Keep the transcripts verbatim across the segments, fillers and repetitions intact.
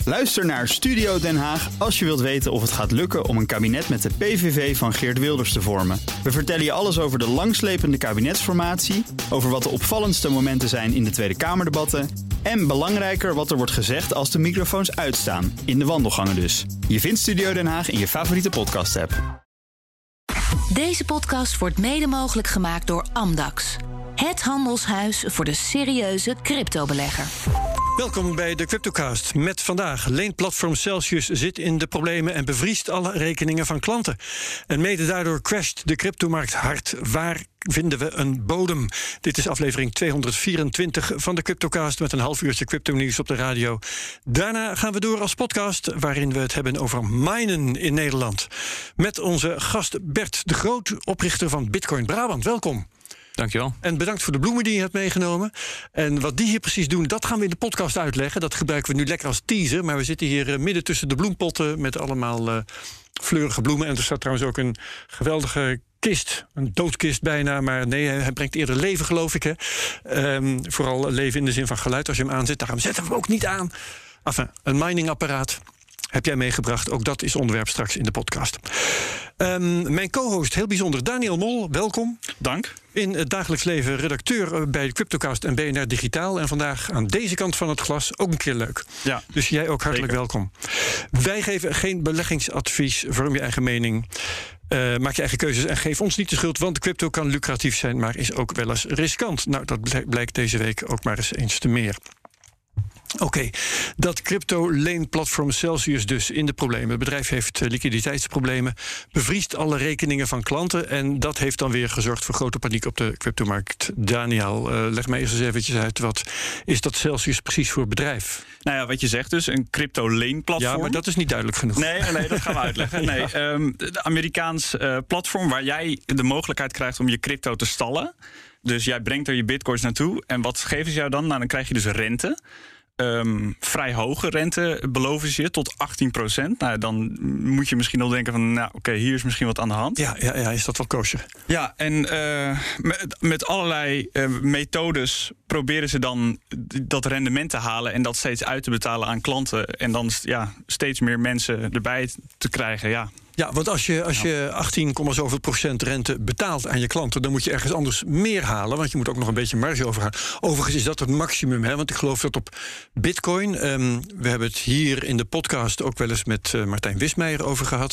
Luister naar Studio Den Haag als je wilt weten of het gaat lukken om een kabinet met de P V V van Geert Wilders te vormen. We vertellen je alles over de langslepende kabinetsformatie, over wat de opvallendste momenten zijn in de Tweede Kamerdebatten en belangrijker wat er wordt gezegd als de microfoons uitstaan, in de wandelgangen dus. Je vindt Studio Den Haag in je favoriete podcast-app. Deze podcast wordt mede mogelijk gemaakt door Amdax. Het handelshuis voor de serieuze cryptobelegger. Welkom bij de CryptoCast. Met vandaag: leenplatform Celsius zit in de problemen en bevriest alle rekeningen van klanten. En mede daardoor crasht de cryptomarkt hard. Waar vinden we een bodem? Dit is aflevering tweehonderdvierentwintig van de CryptoCast met een half uurtje crypto-nieuws op de radio. Daarna gaan we door als podcast, waarin we het hebben over minen in Nederland. Met onze gast Bert de Groot, oprichter van Bitcoin Brabant. Welkom. Dankjewel. En bedankt voor de bloemen die je hebt meegenomen. En wat die hier precies doen, dat gaan we in de podcast uitleggen. Dat gebruiken we nu lekker als teaser. Maar we zitten hier uh, midden tussen de bloempotten met allemaal uh, fleurige bloemen. En er staat trouwens ook een geweldige kist. Een doodkist bijna, maar nee, hij brengt eerder leven, geloof ik. Hè. Um, vooral leven in de zin van geluid als je hem aanzet. Daarom zetten we hem ook niet aan. Enfin, een miningapparaat heb jij meegebracht. Ook dat is onderwerp straks in de podcast. Um, mijn co-host, heel bijzonder, Daniel Mol, welkom. Dank. In het dagelijks leven redacteur bij de CryptoCast en B N R Digitaal. En vandaag aan deze kant van het glas ook een keer leuk. Ja. Dus jij ook hartelijk Zeker. welkom. Wij geven geen beleggingsadvies, vorm je eigen mening. Uh, maak je eigen keuzes en geef ons niet de schuld, want crypto kan lucratief zijn, maar is ook wel eens riskant. Nou, dat blijkt deze week ook maar eens eens te meer. Oké, okay. Dat crypto-leenplatform Celsius dus in de problemen. Het bedrijf heeft liquiditeitsproblemen, bevriest alle rekeningen van klanten en dat heeft dan weer gezorgd voor grote paniek op de cryptomarkt. Daniel, uh, leg mij eerst eens eventjes uit, wat is dat Celsius precies voor bedrijf? Nou ja, wat je zegt dus, een crypto-leenplatform. Ja, maar dat is niet duidelijk genoeg. Nee, nee, dat gaan we uitleggen. Nee, ja. um, de Amerikaans uh, platform waar jij de mogelijkheid krijgt om je crypto te stallen. Dus jij brengt er je bitcoins naartoe en wat geven ze jou dan? Nou, dan krijg je dus rente. Um, vrij hoge rente beloven ze je, tot achttien procent. Nou, dan moet je misschien al denken van, nou oké, okay, hier is misschien wat aan de hand. Ja, ja, ja, is dat wel kosher? Ja, en uh, met, met allerlei uh, methodes proberen ze dan dat rendement te halen en dat steeds uit te betalen aan klanten. En dan ja, steeds meer mensen erbij te krijgen, ja. Ja, want als je, als je achttien, zoveel procent rente betaalt aan je klanten, dan moet je ergens anders meer halen, want je moet ook nog een beetje marge overhalen. Overigens is dat het maximum, hè, want ik geloof dat op Bitcoin, um, we hebben het hier in de podcast ook wel eens met uh, Martijn Wismeijer over gehad,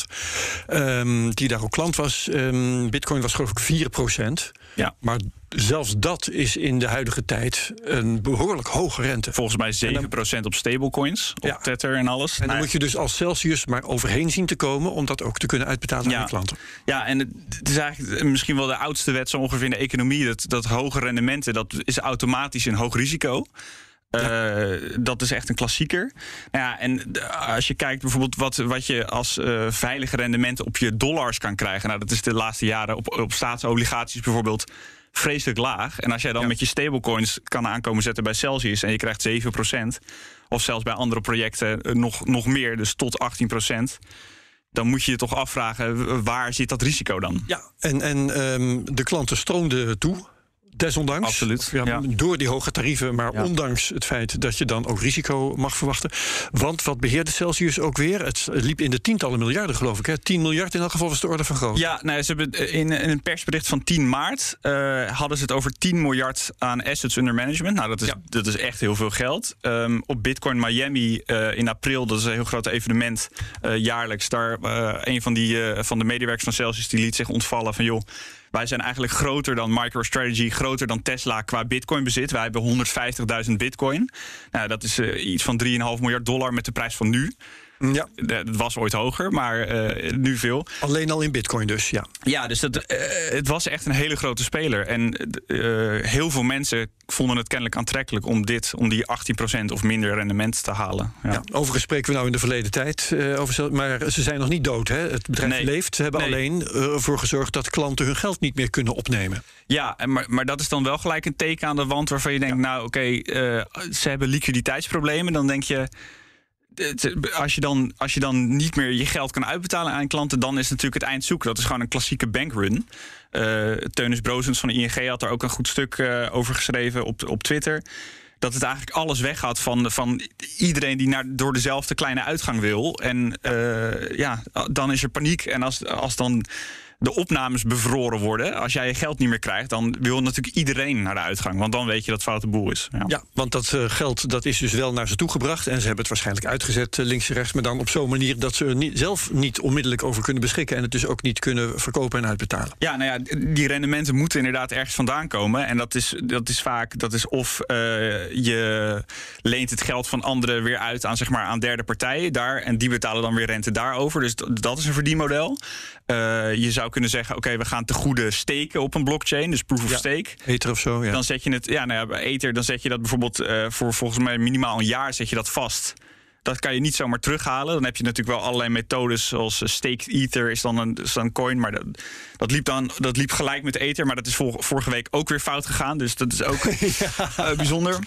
um, die daar ook klant was. Um, Bitcoin was geloof ik vier procent. Ja. Maar zelfs dat is in de huidige tijd een behoorlijk hoge rente. Volgens mij zeven procent op stablecoins, op ja. Tether en alles. En dan nou, moet je dus als Celsius maar overheen zien te komen om dat ook te kunnen uitbetalen ja. aan je klanten. Ja, en het is eigenlijk misschien wel de oudste wet zo ongeveer in de economie. Dat, dat hoge rendementen, dat is automatisch een hoog risico. Ja. Uh, dat is echt een klassieker. Nou ja, en als je kijkt bijvoorbeeld wat, wat je als uh, veilige rendementen op je dollars kan krijgen. Nou, dat is de laatste jaren op, op staatsobligaties bijvoorbeeld vreselijk laag. En als jij dan ja. met je stablecoins kan aankomen zetten bij Celsius en je krijgt zeven procent, of zelfs bij andere projecten nog, nog meer, dus tot achttien procent. Dan moet je je toch afvragen, waar zit dat risico dan? Ja, en, en um, de klanten stroomden toe. Desondanks, Absoluut, ja, ja. door die hoge tarieven, maar ja. ondanks het feit dat je dan ook risico mag verwachten. Want wat beheerde Celsius ook weer? Het liep in de tientallen miljarden, geloof ik. Hè? tien miljard in elk geval was de orde van grootte. Ja, nou, ze hebben in, in een persbericht van tien maart uh, hadden ze het over tien miljard aan assets under management. Nou, dat is, ja. dat is echt heel veel geld. Um, op Bitcoin Miami uh, in april, dat is een heel groot evenement uh, jaarlijks. Daar uh, een van, die, uh, van de medewerkers van Celsius die liet zich ontvallen van joh, wij zijn eigenlijk groter dan MicroStrategy, groter dan Tesla qua bitcoinbezit. Wij hebben honderdvijftigduizend bitcoin. Nou, dat is uh, iets van drie komma vijf miljard dollar met de prijs van nu. Ja. Het was ooit hoger, maar uh, nu veel. Alleen al in bitcoin dus, ja. Ja, dus dat, uh, het was echt een hele grote speler. En uh, heel veel mensen vonden het kennelijk aantrekkelijk om dit, om die achttien procent of minder rendement te halen. Ja. Ja, overigens spreken we nou in de verleden tijd uh, over, maar ze zijn nog niet dood, hè? Het bedrijf nee. leeft. Ze hebben nee. alleen ervoor uh, gezorgd dat klanten hun geld niet meer kunnen opnemen. Ja, maar, maar dat is dan wel gelijk een teken aan de wand waarvan je denkt, ja. nou oké, okay, uh, ze hebben liquiditeitsproblemen. Dan denk je, Als je, dan, als je dan niet meer je geld kan uitbetalen aan klanten, dan is natuurlijk het eind zoeken. Dat is gewoon een klassieke bankrun. Uh, Teunis Brozens van de I N G had daar ook een goed stuk uh, over geschreven op, op Twitter. dat het eigenlijk alles weggaat van, van iedereen die naar, door dezelfde kleine uitgang wil. En uh, ja, dan is er paniek. En als, als dan de opnames bevroren worden, als jij je geld niet meer krijgt, dan wil natuurlijk iedereen naar de uitgang. Want dan weet je dat het foute boel is. Ja, ja want dat uh, geld dat is dus wel naar ze toegebracht. En ze hebben het waarschijnlijk uitgezet uh, links en rechts. Maar dan op zo'n manier dat ze er niet, zelf niet onmiddellijk over kunnen beschikken. En het dus ook niet kunnen verkopen en uitbetalen. Ja, nou ja, die rendementen moeten inderdaad ergens vandaan komen. En dat is, dat is vaak, dat is of uh, je leent het geld van anderen weer uit aan, zeg maar, aan derde partijen. Daar, en die betalen dan weer rente daarover. Dus d- dat is een verdienmodel. Uh, je zou kunnen zeggen, oké, okay, we gaan te goede steken op een blockchain, dus proof of ja, stake. Ether of zo, ja. Dan zet je het, ja, nou ja, bij Ether, dan zet je dat bijvoorbeeld uh, voor volgens mij minimaal een jaar zet je dat vast. Dat kan je niet zomaar terughalen. Dan heb je natuurlijk wel allerlei methodes, zoals uh, Staked Ether is dan een, is dan een coin, maar dat, dat liep dan, dat liep gelijk met Ether, maar dat is vor, vorige week ook weer fout gegaan, dus dat is ook ja. uh, bijzonder.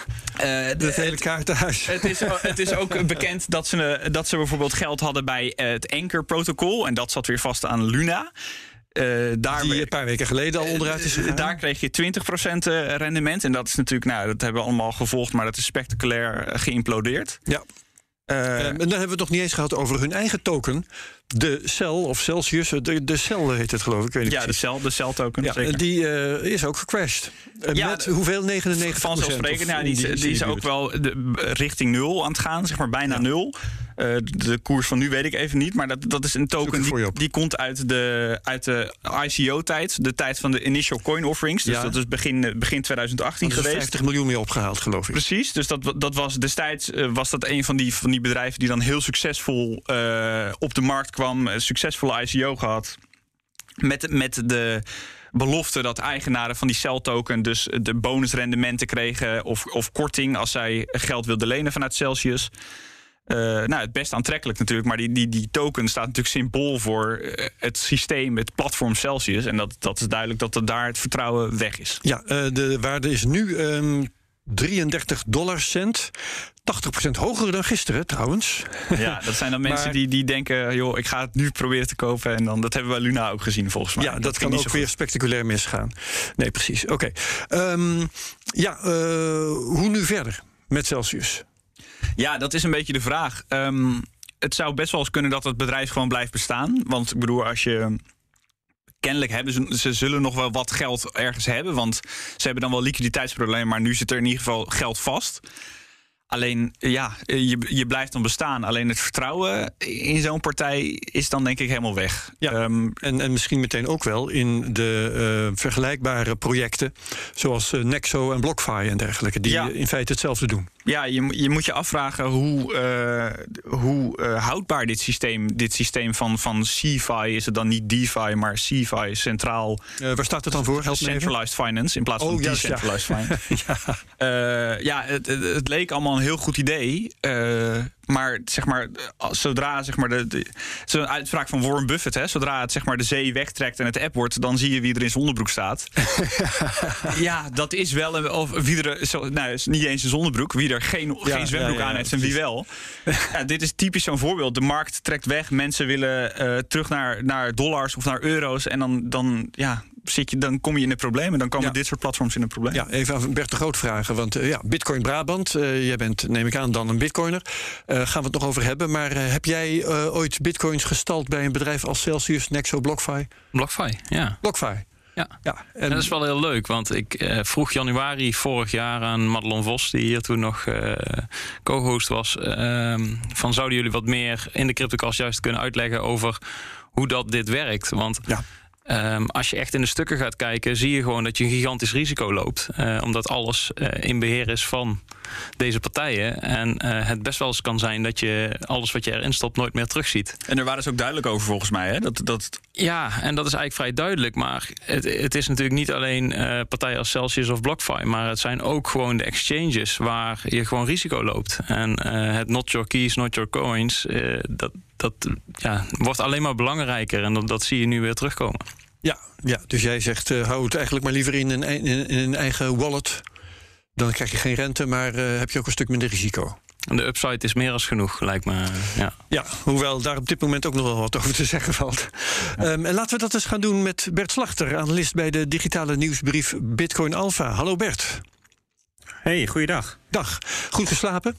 Uh, dat hele kaartenhuis. Het is, het is ook bekend dat ze, dat ze bijvoorbeeld geld hadden bij het Anchor-protocol. En dat zat weer vast aan Luna. Uh, daar Die een paar weken geleden al onderuit is gegaan. Daar kreeg je twintig procent rendement. En dat is natuurlijk, nou, dat hebben we allemaal gevolgd, maar dat is spectaculair geïmplodeerd. Ja. Uh, en dan hebben we het nog niet eens gehad over hun eigen token. De Cell of Celsius, de, de Cell heet het geloof ik. ik weet niet ja, de Cell, de Cell token. Ja, zeker. Die uh, is ook gecrashed. Uh, ja, met hoeveel? negenennegentig procent? Vanzelfsprekend. Ja, die, die, die is ook wel de, richting nul aan het gaan, zeg maar bijna ja. nul. Uh, de koers van nu weet ik even niet, maar dat, dat is een token die, die komt uit de, uit de I C O-tijd. De tijd van de initial coin offerings. Dus ja. dat is begin, begin twintig achttien geweest. Er is vijftig miljoen mee opgehaald, geloof ik. Precies, dus dat, dat was destijds uh, was dat een van die, van die bedrijven die dan heel succesvol uh, op de markt kwam. Een succesvolle I C O gehad. Met, met de belofte dat eigenaren van die Cell-token dus de bonusrendementen kregen of, of korting als zij geld wilden lenen vanuit Celsius. Uh, nou, het best aantrekkelijk natuurlijk, maar die, die, die token staat natuurlijk symbool voor uh, het systeem, het platform Celsius. En dat, dat is duidelijk dat er daar het vertrouwen weg is. Ja, uh, de waarde is nu um, drieëndertig dollar cent. tachtig procent hoger dan gisteren trouwens. Ja, dat zijn dan mensen maar, die, die denken, joh, ik ga het nu proberen te kopen. En dan, dat hebben we bij Luna ook gezien volgens mij. Ja, dat, dat kan ook weer spectaculair misgaan. Nee, precies. Oké. Okay. Um, ja, uh, hoe nu verder met Celsius? Ja, dat is een beetje de vraag. Um, het zou best wel eens kunnen dat het bedrijf gewoon blijft bestaan. Want ik bedoel, als je... Kennelijk hebben ze, ze zullen nog wel wat geld ergens hebben. Want ze hebben dan wel liquiditeitsproblemen, maar nu zit er in ieder geval geld vast. Alleen, ja, je, je blijft dan bestaan. Alleen het vertrouwen in zo'n partij is dan denk ik helemaal weg. Ja, um, en, en misschien meteen ook wel in de uh, vergelijkbare projecten, zoals uh, Nexo en BlockFi en dergelijke, die ja. in feite hetzelfde doen. Ja, je, je moet je afvragen hoe, uh, hoe uh, houdbaar dit systeem, dit systeem van, van CeFi is. Het dan niet DeFi, maar CeFi, centraal. Uh, waar staat het dan voor? Help Centralized finance in plaats van oh, decentralized ja. finance. ja, uh, ja het, het, het leek allemaal een heel goed idee. Uh, maar zeg maar, zodra zeg maar de, de zo'n uitspraak van Warren Buffett, hè, zodra het zeg maar de zee wegtrekt en het app wordt, dan zie je wie er in zijn onderbroek staat. Ja, dat is wel een, of wie er, zo, nou, is niet eens een zonnebrok, wie er geen, ja, geen zwembroek ja, ja, aan heeft en wie wel. Ja, dit is typisch zo'n voorbeeld. De markt trekt weg, mensen willen uh, terug naar, naar dollars of naar euro's en dan, dan ja. Zit je, dan kom je in de problemen. Dan komen ja. dit soort platforms in de problemen. Ja, even aan Bert de Groot vragen. Want uh, ja, Bitcoin Brabant, uh, jij bent, neem ik aan, dan een bitcoiner. Uh, gaan we het nog over hebben. Maar uh, heb jij uh, ooit bitcoins gestald bij een bedrijf als Celsius, Nexo, BlockFi? BlockFi, ja. BlockFi. Ja, ja en... en dat is wel heel leuk, want ik uh, vroeg januari vorig jaar aan Madelon Vos, die hier toen nog uh, co-host was, uh, van zouden jullie wat meer in de CryptoCast juist kunnen uitleggen over hoe dat dit werkt? Want ja. Um, als je echt in de stukken gaat kijken, zie je gewoon dat je een gigantisch risico loopt. Uh, omdat alles uh, in beheer is van deze partijen. En uh, het best wel eens kan zijn dat je alles wat je erin stopt nooit meer terugziet. En daar waren ze ook duidelijk over volgens mij, hè? Dat, dat... Ja, en dat is eigenlijk vrij duidelijk. Maar het, het is natuurlijk niet alleen uh, partijen als Celsius of BlockFi. Maar het zijn ook gewoon de exchanges waar je gewoon risico loopt. En uh, het not your keys, not your coins, uh, dat... Dat ja, wordt alleen maar belangrijker en dat, dat zie je nu weer terugkomen. Ja, ja dus jij zegt, uh, hou het eigenlijk maar liever in een, in, in een eigen wallet. Dan krijg je geen rente, maar uh, heb je ook een stuk minder risico. De upside is meer als genoeg, lijkt me. Ja. ja, hoewel daar op dit moment ook nog wel wat over te zeggen valt. Ja. Um, en laten we dat eens gaan doen met Bert Slachter, analist bij de digitale nieuwsbrief Bitcoin Alpha. Hallo Bert. Hey, goeiedag. Dag. Goed geslapen?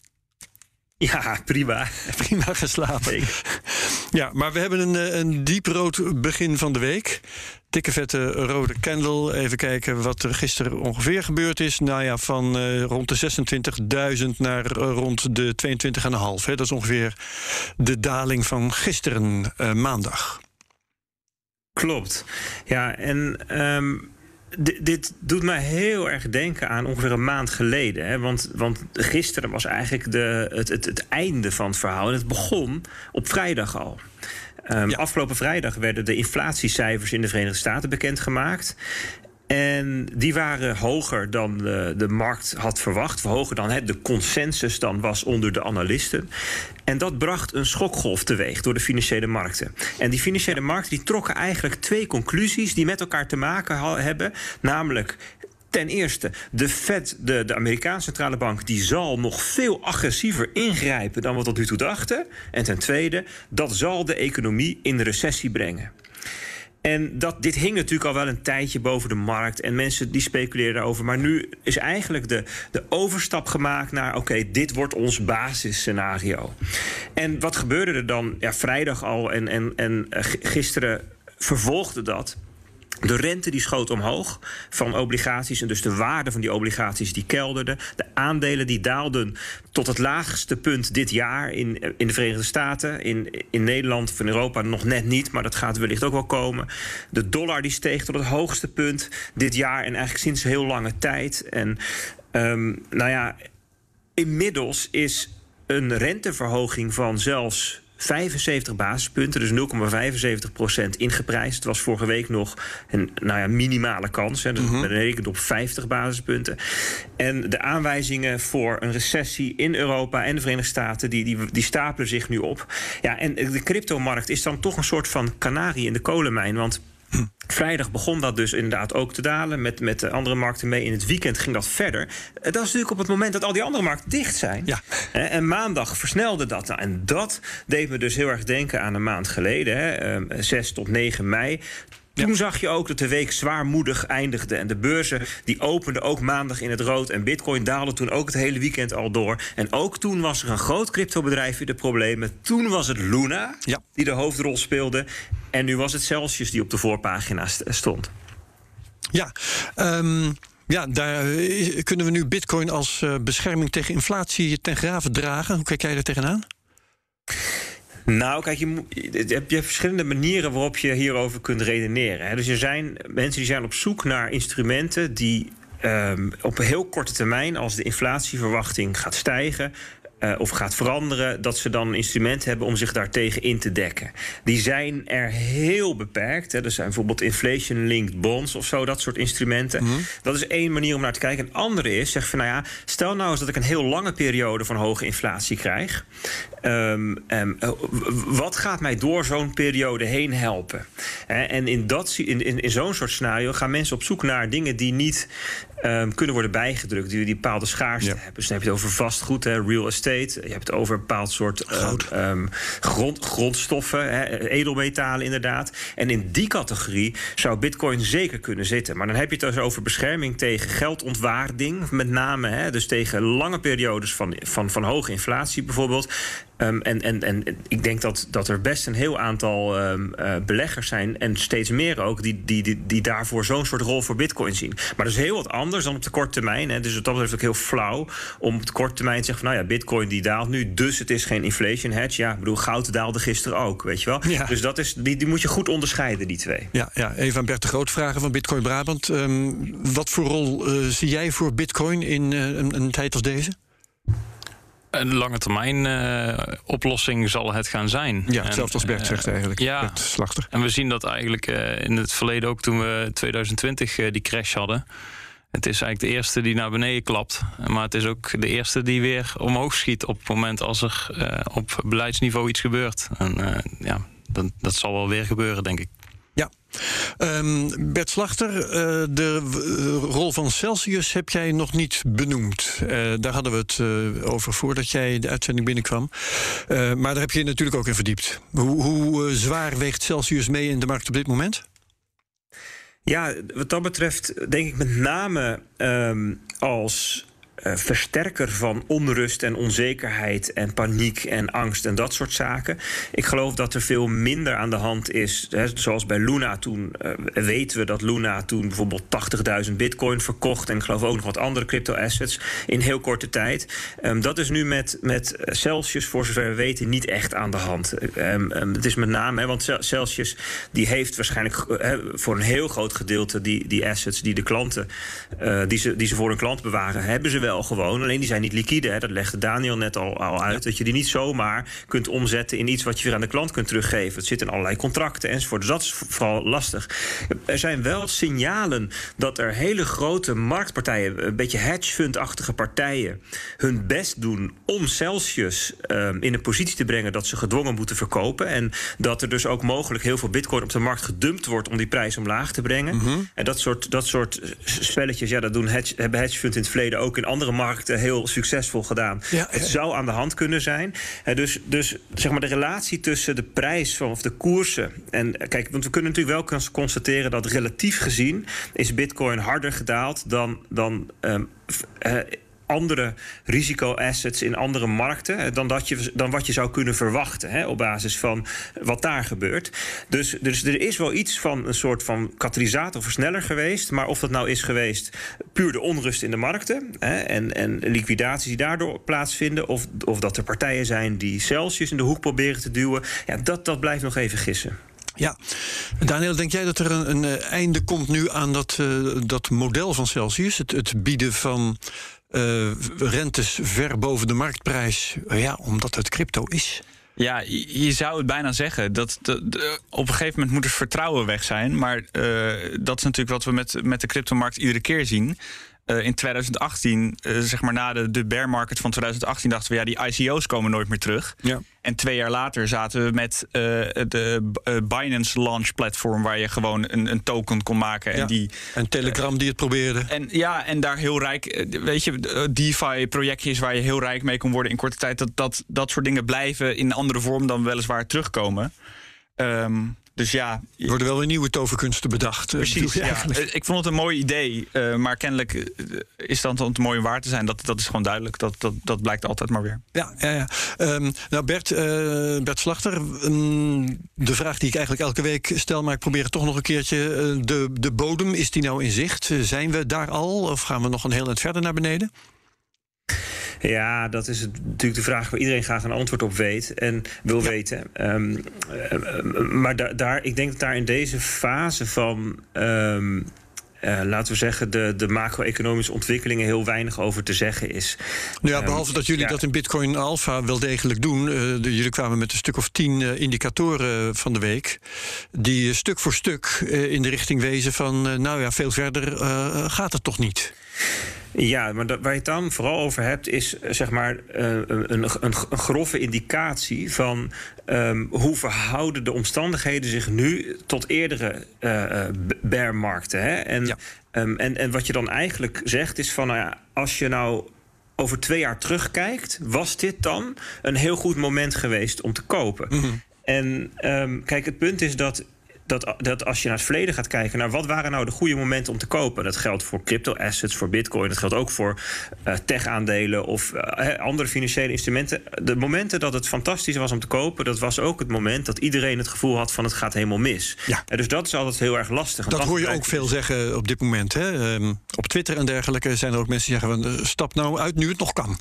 Ja, prima. Prima geslapen. Zeker. Ja, maar we hebben een, een dieprood begin van de week. Dikke vette rode candle. Even kijken wat er gisteren ongeveer gebeurd is. Nou ja, van uh, rond de zesentwintigduizend naar uh, rond de tweeëntwintig komma vijf. Hè. Dat is ongeveer de daling van gisteren, uh, maandag. Klopt. Ja, en... Um... D- dit doet mij heel erg denken aan ongeveer een maand geleden. Hè? Want, want gisteren was eigenlijk de, het, het, het einde van het verhaal. En het begon op vrijdag al. Um, ja. Afgelopen vrijdag werden de inflatiecijfers in de Verenigde Staten bekendgemaakt. En die waren hoger dan de, de markt had verwacht. Hoger dan he, de consensus dan was onder de analisten. En dat bracht een schokgolf teweeg door de financiële markten. En die financiële markten die trokken eigenlijk twee conclusies die met elkaar te maken ha- hebben. Namelijk, ten eerste, de Fed, de, de Amerikaanse centrale bank, die zal nog veel agressiever ingrijpen dan we tot nu toe dachten. En ten tweede, dat zal de economie in de recessie brengen. En dat, dit hing natuurlijk al wel een tijdje boven de markt. En mensen die speculeren daarover. Maar nu is eigenlijk de, de overstap gemaakt naar... oké, okay, dit wordt ons basisscenario. En wat gebeurde er dan? Ja, vrijdag al en, en, en gisteren vervolgde dat. De rente die schoot omhoog van obligaties. En dus de waarde van die obligaties die kelderden. De aandelen die daalden tot het laagste punt dit jaar in, in de Verenigde Staten. In, in Nederland of in Europa nog net niet. Maar dat gaat wellicht ook wel komen. De dollar die steeg tot het hoogste punt dit jaar. En eigenlijk sinds een heel lange tijd. En um, nou ja, inmiddels is een renteverhoging van zelfs vijfenzeventig basispunten, dus nul komma vijfenzeventig procent ingeprijsd. Het was vorige week nog een nou ja, minimale kans. Hè, dus mm-hmm. berekend op vijftig basispunten. En de aanwijzingen voor een recessie in Europa en de Verenigde Staten, die, die, die stapelen zich nu op. Ja, en de cryptomarkt is dan toch een soort van kanarie in de kolenmijn. Want vrijdag begon dat dus inderdaad ook te dalen. Met, met de andere markten mee. In het weekend ging dat verder. Dat is natuurlijk op het moment dat al die andere markten dicht zijn. Ja. En maandag versnelde dat. Nou, en dat deed me dus heel erg denken aan een maand geleden. Hè, zes tot negen mei. Toen ja. zag je ook dat de week zwaarmoedig eindigde. En de beurzen die openden ook maandag in het rood. En Bitcoin daalde toen ook het hele weekend al door. En ook toen was er een groot cryptobedrijf in de problemen. Toen was het Luna ja. die de hoofdrol speelde. En nu was het Celsius die op de voorpagina stond. Ja, um, ja daar kunnen we nu Bitcoin als uh, bescherming tegen inflatie ten grave dragen. Hoe kijk jij er tegenaan? Nou, kijk, je, je hebt verschillende manieren waarop je hierover kunt redeneren. Hè. Dus er zijn mensen die zijn op zoek naar instrumenten die um, op een heel korte termijn, als de inflatieverwachting gaat stijgen, Uh, of gaat veranderen, dat ze dan een instrument hebben om zich daartegen in te dekken. Die zijn er heel beperkt. Hè. Er zijn bijvoorbeeld inflation-linked bonds of zo, dat soort instrumenten. Mm-hmm. Dat is één manier om naar te kijken. Een andere is, zeg van, nou ja, stel nou eens dat ik een heel lange periode van hoge inflatie krijg. Um, um, uh, wat gaat mij door zo'n periode heen helpen? Hè. En in, dat, in, in, in zo'n soort scenario gaan mensen op zoek naar dingen die niet Um, kunnen worden bijgedrukt, die, die bepaalde schaarste ja. hebben. Dus dan heb je het over vastgoed, hè, real estate. Je hebt het over een bepaald soort uh, um, grond, grondstoffen, hè, edelmetalen inderdaad. En in die categorie zou Bitcoin zeker kunnen zitten. Maar dan heb je het dus over bescherming tegen geldontwaarding, met name. Hè, dus tegen lange periodes van, van, van hoge inflatie bijvoorbeeld. Um, en, en, en ik denk dat, dat er best een heel aantal um, uh, beleggers zijn, en steeds meer ook, die, die, die, die daarvoor zo'n soort rol voor Bitcoin zien. Maar dat is heel wat anders dan op de korte termijn. Hè. Dus wat dat betreft ook heel flauw om op de korte termijn te zeggen van, nou ja, Bitcoin die daalt nu, dus het is geen inflation hedge. Ja, ik bedoel, goud daalde gisteren ook, weet je wel. Ja. Dus dat is, die, die moet je goed onderscheiden, die twee. Ja, ja, even aan Bert de Groot vragen van Bitcoin Brabant. Um, wat voor rol uh, zie jij voor Bitcoin in uh, een, een tijd als deze? Een lange termijn uh, oplossing zal het gaan zijn. Ja, hetzelfde als Bert zegt eigenlijk. Ja, Bert Slachter. En we zien dat eigenlijk uh, in het verleden ook toen we twintig twintig uh, die crash hadden. Het is eigenlijk de eerste die naar beneden klapt. Maar het is ook de eerste die weer omhoog schiet op het moment als er uh, op beleidsniveau iets gebeurt. En uh, ja, dat, dat zal wel weer gebeuren, denk ik. Ja. Um, Bert Slachter, uh, de uh, rol van Celsius heb jij nog niet benoemd. Uh, daar hadden we het uh, over voordat jij de uitzending binnenkwam. Uh, maar daar heb je je natuurlijk ook in verdiept. Hoe, hoe uh, zwaar weegt Celsius mee in de markt op dit moment? Ja, wat dat betreft denk ik met name um, als uh, versterker van onrust en onzekerheid en paniek en angst en dat soort zaken. Ik geloof dat er veel minder aan de hand is. Hè, zoals bij Luna toen uh, weten we dat Luna toen bijvoorbeeld tachtigduizend bitcoin verkocht en ik geloof ook nog wat andere crypto-assets in heel korte tijd. Um, dat is nu met, met Celsius, voor zover we weten, niet echt aan de hand. Um, um, het is met name, hè, want Celsius die heeft waarschijnlijk uh, voor een heel groot gedeelte die, die assets die de klanten uh, die, ze, die ze voor hun klant bewaren, hebben ze wel gewoon. Alleen die zijn niet liquide. Hè. Dat legde Daniel net al, al uit. Ja. Dat je die niet zomaar kunt omzetten in iets wat je weer aan de klant kunt teruggeven. Het zit in allerlei contracten enzovoort. Dus dat is vooral lastig. Er zijn wel signalen dat er hele grote marktpartijen, een beetje hedge fund-achtige partijen, hun best doen om Celsius uh, in een positie te brengen dat ze gedwongen moeten verkopen. En dat er dus ook mogelijk heel veel bitcoin op de markt gedumpt wordt om die prijs omlaag te brengen. Mm-hmm. En dat soort, dat soort spelletjes, ja, dat doen hedge, hebben hedge funds in het verleden ook in andere markten heel succesvol gedaan. Ja, het zou aan de hand kunnen zijn. Uh, dus, dus zeg maar de relatie tussen de prijs van of de koersen. En kijk, want we kunnen natuurlijk wel constateren dat relatief gezien is bitcoin harder gedaald dan, dan um, uh, andere risico-assets in andere markten dan, dat je, dan wat je zou kunnen verwachten, hè, op basis van wat daar gebeurt. Dus, dus er is wel iets van een soort van katalysator, versneller geweest, maar of dat nou is geweest puur de onrust in de markten, hè, en, en liquidaties die daardoor plaatsvinden, of, of dat er partijen zijn die Celsius in de hoek proberen te duwen, ja, dat, dat blijft nog even gissen. Ja, Daniel, denk jij dat er een, een einde komt nu aan dat, uh, dat model van Celsius, het, het bieden van Uh, rentes ver boven de marktprijs, uh, ja, omdat het crypto is? Ja, je zou het bijna zeggen. Dat de, de, op een gegeven moment moet het vertrouwen weg zijn. Maar uh, dat is natuurlijk wat we met, met de cryptomarkt iedere keer zien. Uh, in twintig achttien, uh, zeg maar na de, de bear market van twintig achttien, dachten we, ja, die I C O's komen nooit meer terug. Ja. En twee jaar later zaten we met uh, de uh, Binance Launch Platform, waar je gewoon een, een token kon maken. En, ja. die, en Telegram uh, die het probeerde. En ja, en daar heel rijk, weet je, DeFi-projectjes waar je heel rijk mee kon worden in korte tijd. Dat, dat, dat soort dingen blijven in een andere vorm dan weliswaar terugkomen. Um, Dus ja, er worden wel weer nieuwe toverkunsten bedacht. Precies, ja. Ik vond het een mooi idee. Uh, maar kennelijk is dat het mooi om waar te zijn. Dat, dat is gewoon duidelijk. Dat, dat, dat blijkt altijd maar weer. Ja, ja, ja. Um, nou Bert, uh, Bert Slachter. Um, de vraag die ik eigenlijk elke week stel, maar ik probeer het toch nog een keertje. Uh, de, de bodem, is die nou in zicht? Uh, zijn we daar al? Of gaan we nog een heel eind verder naar beneden? Ja, dat is het, natuurlijk de vraag waar iedereen graag een antwoord op weet en wil ja. weten. Um, uh, maar da- daar, ik denk dat daar in deze fase van, um, uh, laten we zeggen, de, de macro-economische ontwikkelingen heel weinig over te zeggen is. Ja, behalve um, dat jullie ja. dat in Bitcoin Alpha wel degelijk doen. Uh, de, jullie kwamen met een stuk of tien uh, indicatoren van de week, die uh, stuk voor stuk uh, in de richting wezen van, uh, nou ja, veel verder uh, gaat het toch niet. Ja, maar dat, waar je het dan vooral over hebt, is zeg maar uh, een, een, een grove indicatie van um, hoe verhouden de omstandigheden zich nu tot eerdere uh, bearmarkten. Hè? En, ja. um, en, en wat je dan eigenlijk zegt is van, nou ja, als je nou over twee jaar terugkijkt, was dit dan een heel goed moment geweest om te kopen? Mm-hmm. En um, kijk, het punt is dat Dat, dat als je naar het verleden gaat kijken, naar wat waren nou de goede momenten om te kopen. Dat geldt voor crypto-assets, voor bitcoin. Dat geldt ook voor uh, tech-aandelen of uh, andere financiële instrumenten. De momenten dat het fantastisch was om te kopen, dat was ook het moment dat iedereen het gevoel had van het gaat helemaal mis. Ja. Uh, dus dat is altijd heel erg lastig. Dat hoor je ook veel zeggen op dit moment. Hè? Um, op Twitter en dergelijke zijn er ook mensen die zeggen, van, stap nou uit nu het nog kan.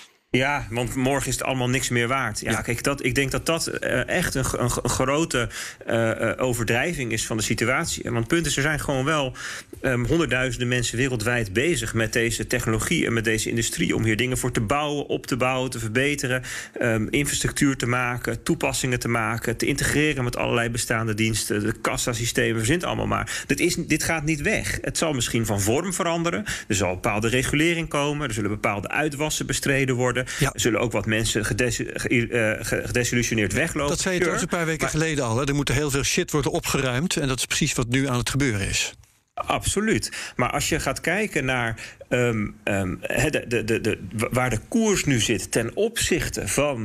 Ja, want morgen is het allemaal niks meer waard. Ja, ja. Kijk, dat, ik denk dat dat uh, echt een, een, een grote uh, overdrijving is van de situatie. Want het punt is, er zijn gewoon wel um, honderdduizenden mensen wereldwijd bezig met deze technologie en met deze industrie, om hier dingen voor te bouwen, op te bouwen, te verbeteren, um, infrastructuur te maken, toepassingen te maken, te integreren met allerlei bestaande diensten, de kassasystemen, verzint allemaal maar. Dit, is, dit gaat niet weg. Het zal misschien van vorm veranderen. Er zal een bepaalde regulering komen. Er zullen bepaalde uitwassen bestreden worden. Ja. Er zullen ook wat mensen gedes- ge- uh, gedesillusioneerd weglopen. Dat zei je trouwens een paar weken maar, geleden al. Hè? Er moet heel veel shit worden opgeruimd. En dat is precies wat nu aan het gebeuren is. Absoluut. Maar als je gaat kijken naar um, um, de, de, de, de, waar de koers nu zit ten opzichte van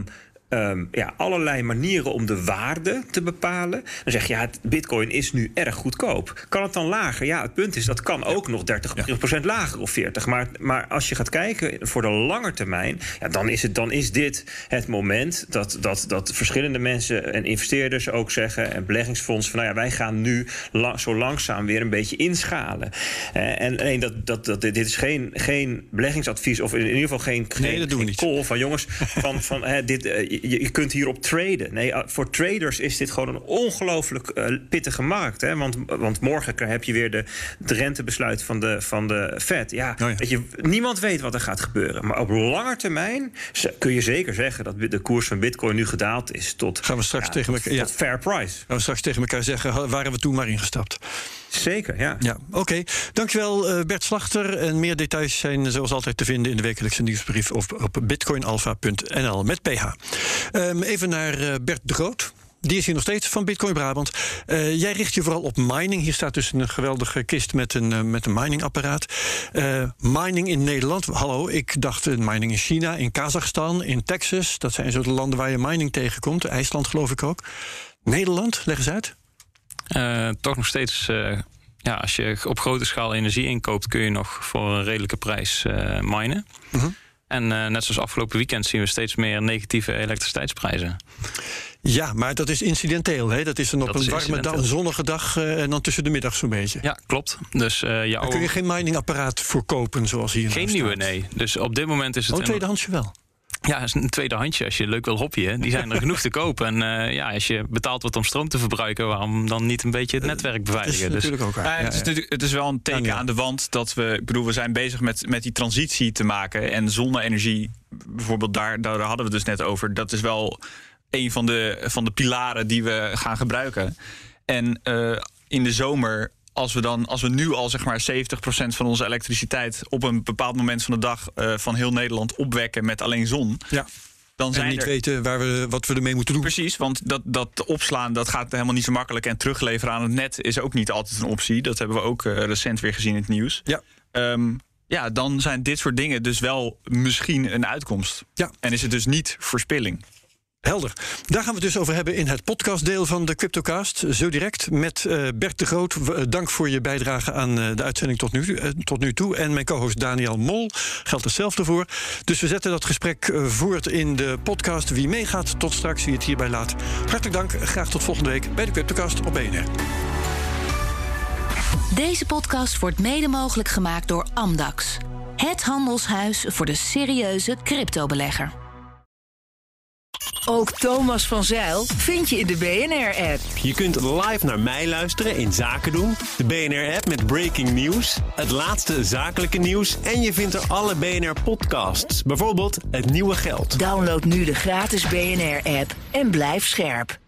Um, ja, allerlei manieren om de waarde te bepalen. Dan zeg je, ja, bitcoin is nu erg goedkoop. Kan het dan lager? Ja, het punt is, dat kan ook nog dertig procent lager of veertig. Maar, maar als je gaat kijken voor de lange termijn, ja, dan, is het, dan is dit het moment dat, dat, dat verschillende mensen en investeerders ook zeggen, en beleggingsfondsen, van nou ja, wij gaan nu la- zo langzaam weer een beetje inschalen. Uh, en nee, dat, dat, dat, dit is geen, geen beleggingsadvies, of in ieder geval geen, nee, geen, dat doen we geen niet. call van jongens, van, van uh, dit, uh, je, je kunt hierop traden. Nee, uh, voor traders is dit gewoon een ongelooflijk uh, pittige markt. Hè? Want, want morgen heb je weer de, de rentebesluit van de, van de Fed. Ja, oh ja. Weet je, niemand weet wat er gaat gebeuren. Maar op lange termijn kun je zeker zeggen dat de koers van bitcoin nu gedaald is tot, Gaan we straks ja, tegen tot, elkaar, ja. tot fair price. Gaan we straks tegen elkaar zeggen, waren we toen maar ingestapt. Zeker, ja. Ja, oké. Okay. Dankjewel uh, Bert Slachter. En meer details zijn zoals altijd te vinden in de wekelijkse nieuwsbrief of op bitcoinalpha punt n l met P H. Um, even naar uh, Bert de Groot. Die is hier nog steeds van Bitcoin Brabant. Uh, jij richt je vooral op mining. Hier staat dus een geweldige kist met een, uh, met een miningapparaat. Uh, mining in Nederland. Hallo, ik dacht uh, mining in China, in Kazachstan, in Texas. Dat zijn zo de landen waar je mining tegenkomt. IJsland geloof ik ook. Nederland, leg eens uit. Uh, toch nog steeds, uh, ja, als je op grote schaal energie inkoopt, kun je nog voor een redelijke prijs uh, minen. Uh-huh. En uh, net zoals afgelopen weekend zien we steeds meer negatieve elektriciteitsprijzen. Ja, maar dat is incidenteel. Hè? Dat is dan op dat een is warme dag, een zonnige dag uh, en dan tussen de middag zo'n beetje. Ja, klopt. Dus, uh, ja, daar kun je geen miningapparaat voor kopen zoals hier. Geen nieuwe, nee. Dus op dit moment is het... Oh, tweedehandsje wel? Ja, is een tweedehandsje als je leuk wil hobbyen. Die zijn er genoeg te kopen. En uh, ja, als je betaalt wordt om stroom te verbruiken, waarom dan niet een beetje het netwerk beveiligen? Dat is dus, natuurlijk ook waar. Ja, het, is natuurlijk, het is wel een teken ja, ja. aan de wand dat we... Ik bedoel, we zijn bezig met, met die transitie te maken. En zonne-energie, bijvoorbeeld, daar, daar hadden we het dus net over. Dat is wel een van de, van de pilaren die we gaan gebruiken. En uh, in de zomer... Als we, dan, als we nu al zeg maar zeventig procent van onze elektriciteit op een bepaald moment van de dag uh, van heel Nederland opwekken met alleen zon. Ja. Dan zijn en niet er... weten waar we, wat we ermee moeten doen. Precies, want dat, dat opslaan dat gaat helemaal niet zo makkelijk. En terugleveren aan het net is ook niet altijd een optie. Dat hebben we ook uh, recent weer gezien in het nieuws. Ja. Um, ja, dan zijn dit soort dingen dus wel misschien een uitkomst. Ja. En is het dus niet verspilling. Helder. Daar gaan we het dus over hebben in het podcastdeel van de Cryptocast. Zo direct met uh, Bert de Groot. Uh, dank voor je bijdrage aan uh, de uitzending tot nu, uh, tot nu toe. En mijn co-host Daniel Mol geldt hetzelfde voor. Dus we zetten dat gesprek uh, voort in de podcast. Wie meegaat, tot straks. Wie het hierbij laat. Hartelijk dank. Graag tot volgende week bij de Cryptocast op B N R. Deze podcast wordt mede mogelijk gemaakt door Amdax. Het handelshuis voor de serieuze cryptobelegger. Ook Thomas van Zijl vind je in de B N R-app. Je kunt live naar mij luisteren in Zaken doen. De B N R-app met breaking news, het laatste zakelijke nieuws... en je vindt er alle B N R-podcasts, bijvoorbeeld Het Nieuwe Geld. Download nu de gratis B N R-app en blijf scherp.